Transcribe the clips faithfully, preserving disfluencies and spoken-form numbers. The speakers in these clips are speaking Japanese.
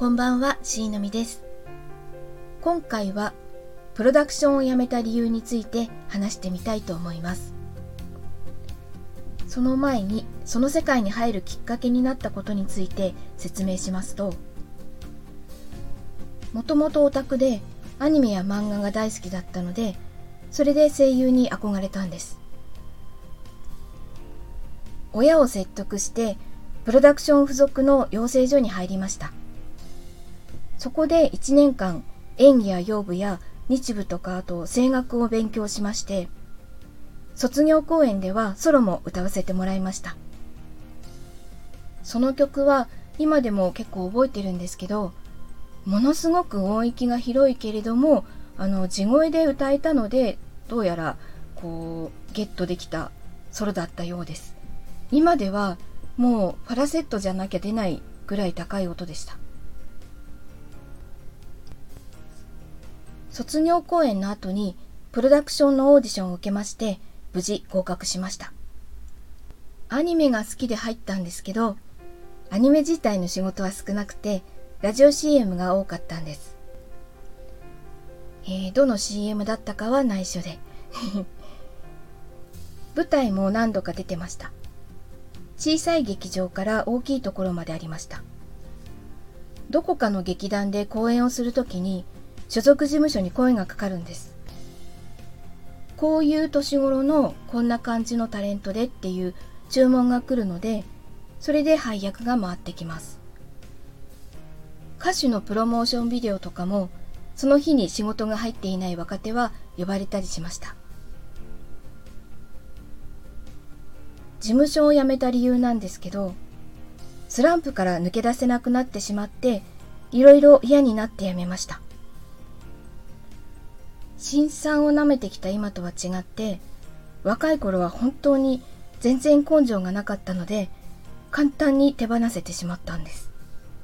こんばんは、しーのみです。今回はプロダクションを辞めた理由について話してみたいと思います。その前にその世界に入るきっかけになったことについて説明しますと、もともとオタクでアニメや漫画が大好きだったので、それで声優に憧れたんです。親を説得してプロダクション付属の養成所に入りました。そこでいちねんかん演技や養舞や日舞とかあと声楽を勉強しまして、卒業公演ではソロも歌わせてもらいました。その曲は今でも結構覚えてるんですけど、ものすごく音域が広いけれども、あの地声で歌えたので、どうやらこうゲットできたソロだったようです。今ではもうファラセットじゃなきゃ出ないぐらい高い音でした。卒業公演の後にプロダクションのオーディションを受けまして、無事合格しました。アニメが好きで入ったんですけど、アニメ自体の仕事は少なくて、ラジオ シーエム が多かったんです。えー、どの シーエム だったかは内緒で舞台も何度か出てました。小さい劇場から大きいところまでありました。どこかの劇団で公演をするときに所属事務所に声がかかるんです。こういう年頃のこんな感じのタレントでっていう注文が来るので、それで配役が回ってきます。歌手のプロモーションビデオとかも、その日に仕事が入っていない若手は呼ばれたりしました。事務所を辞めた理由なんですけど、スランプから抜け出せなくなってしまって、いろいろ嫌になって辞めました。辛酸を舐めてきた今とは違って、若い頃は本当に全然根性がなかったので、簡単に手放せてしまったんです。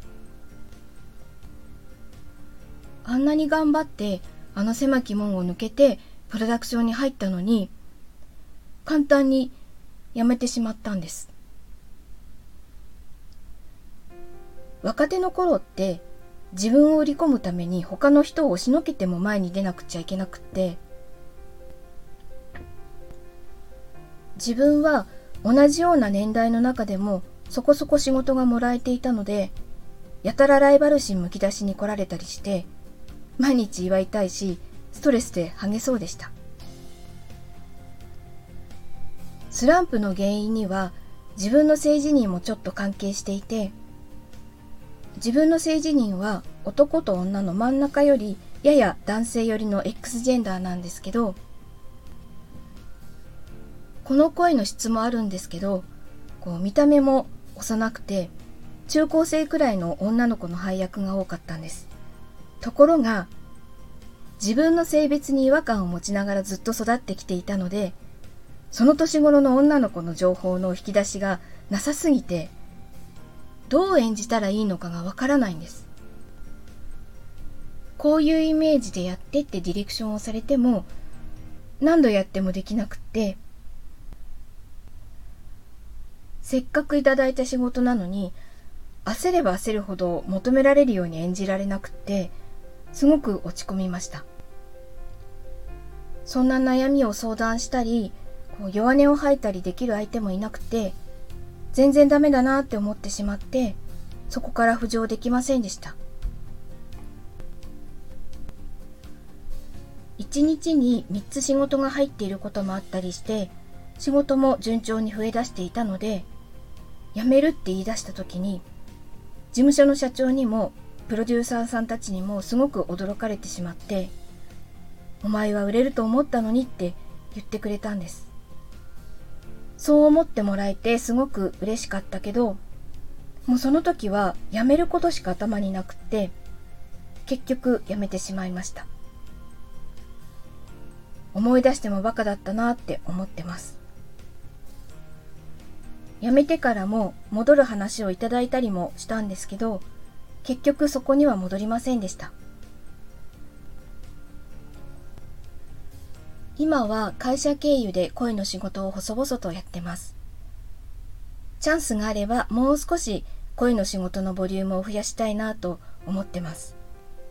あんなに頑張ってあの狭き門を抜けてプロダクションに入ったのに、簡単に辞めてしまったんです。若手の頃って自分を売り込むために他の人を押しのけても前に出なくちゃいけなくって、自分は同じような年代の中でもそこそこ仕事がもらえていたので、やたらライバル心むき出しに来られたりして、毎日祝いたいしストレスで剥げそうでした。スランプの原因には自分の性自認もちょっと関係していて、自分の性自認は男と女の真ん中よりやや男性寄りの X ジェンダーなんですけど、この声の質もあるんですけど、こう見た目も幼くて中高生くらいの女の子の配役が多かったんです。ところが自分の性別に違和感を持ちながらずっと育ってきていたので、その年頃の女の子の情報の引き出しがなさすぎて、どう演じたらいいのかがわからないんです。こういうイメージでやってってディレクションをされても何度やってもできなくって、せっかくいただいた仕事なのに焦れば焦るほど求められるように演じられなくって、すごく落ち込みました。そんな悩みを相談したり、こう弱音を吐いたりできる相手もいなくて、全然ダメだなって思ってしまって、そこから浮上できませんでした。一日にみっつ仕事が入っていることもあったりして、仕事も順調に増え出していたので、辞めるって言い出した時に、事務所の社長にもプロデューサーさんたちにもすごく驚かれてしまって、お前は売れると思ったのにって言ってくれたんです。そう思ってもらえてすごく嬉しかったけど、もうその時は辞めることしか頭になくって、結局辞めてしまいました。思い出してもバカだったなって思ってます。辞めてからも戻る話をいただいたりもしたんですけど、結局そこには戻りませんでした。今は会社経由で声の仕事を細々とやってます。チャンスがあればもう少し声の仕事のボリュームを増やしたいなと思ってます。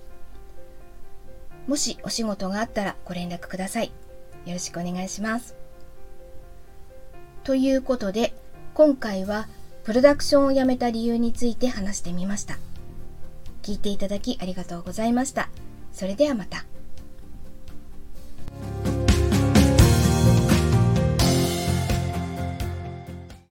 もしお仕事があったらご連絡ください。よろしくお願いします。ということで、今回はプロダクションを辞めた理由について話してみました。聞いていただきありがとうございました。それではまた。